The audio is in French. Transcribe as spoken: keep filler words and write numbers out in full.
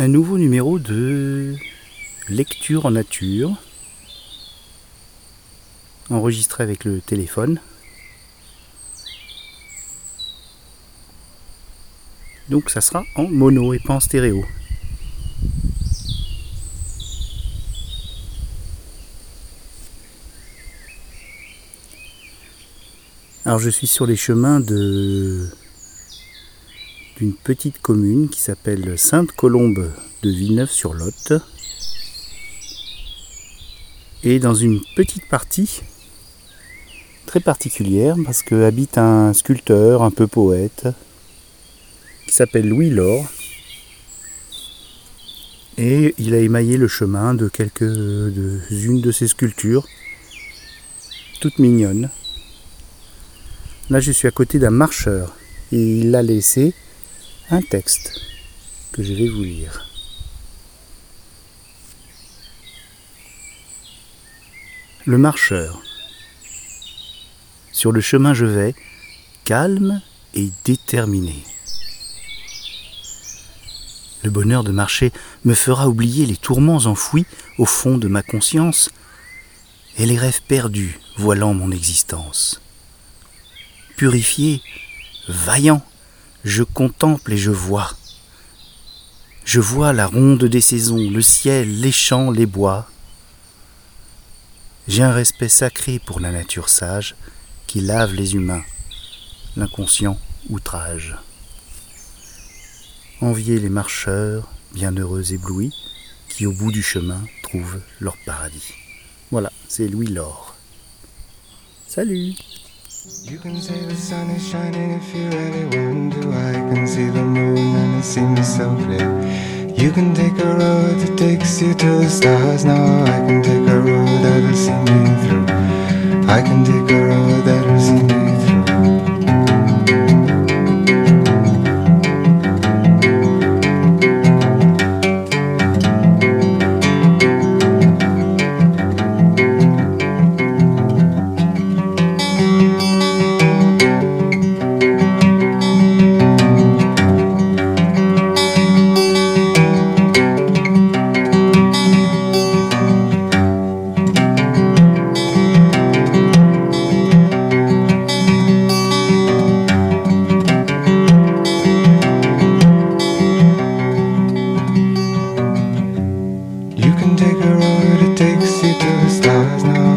un nouveau numéro de lecture en nature, enregistré avec le téléphone. Donc ça sera en mono et pas en stéréo. Alors je suis sur les chemins de d'une petite commune qui s'appelle Sainte-Colombe de Villeneuve-sur-Lot. Et dans une petite partie très particulière parce que habite un sculpteur un peu poète qui s'appelle Louis Laure. Et il a émaillé le chemin de quelques de une de ses sculptures, toute mignonne. Là je suis à côté d'un marcheur et il a laissé un texte que je vais vous lire. Le marcheur. Sur le chemin je vais, calme et déterminé. Le bonheur de marcher me fera oublier les tourments enfouis au fond de ma conscience et les rêves perdus voilant mon existence. Purifié, vaillant, je contemple et je vois. Je vois la ronde des saisons, le ciel, les champs, les bois. J'ai un respect sacré pour la nature sage qui lave les humains, l'inconscient outrage. Envier les marcheurs, bienheureux éblouis, qui au bout du chemin trouvent leur paradis. Voilà, c'est Louis Laure. Salut! You can say the sun is shining if you really want to. I can see the moon and it seems so clear. You can take a road that takes you to the stars. Now I can take a road that'll see me through. I can take a road that'll see me through. You can take a road that takes you to the stars now.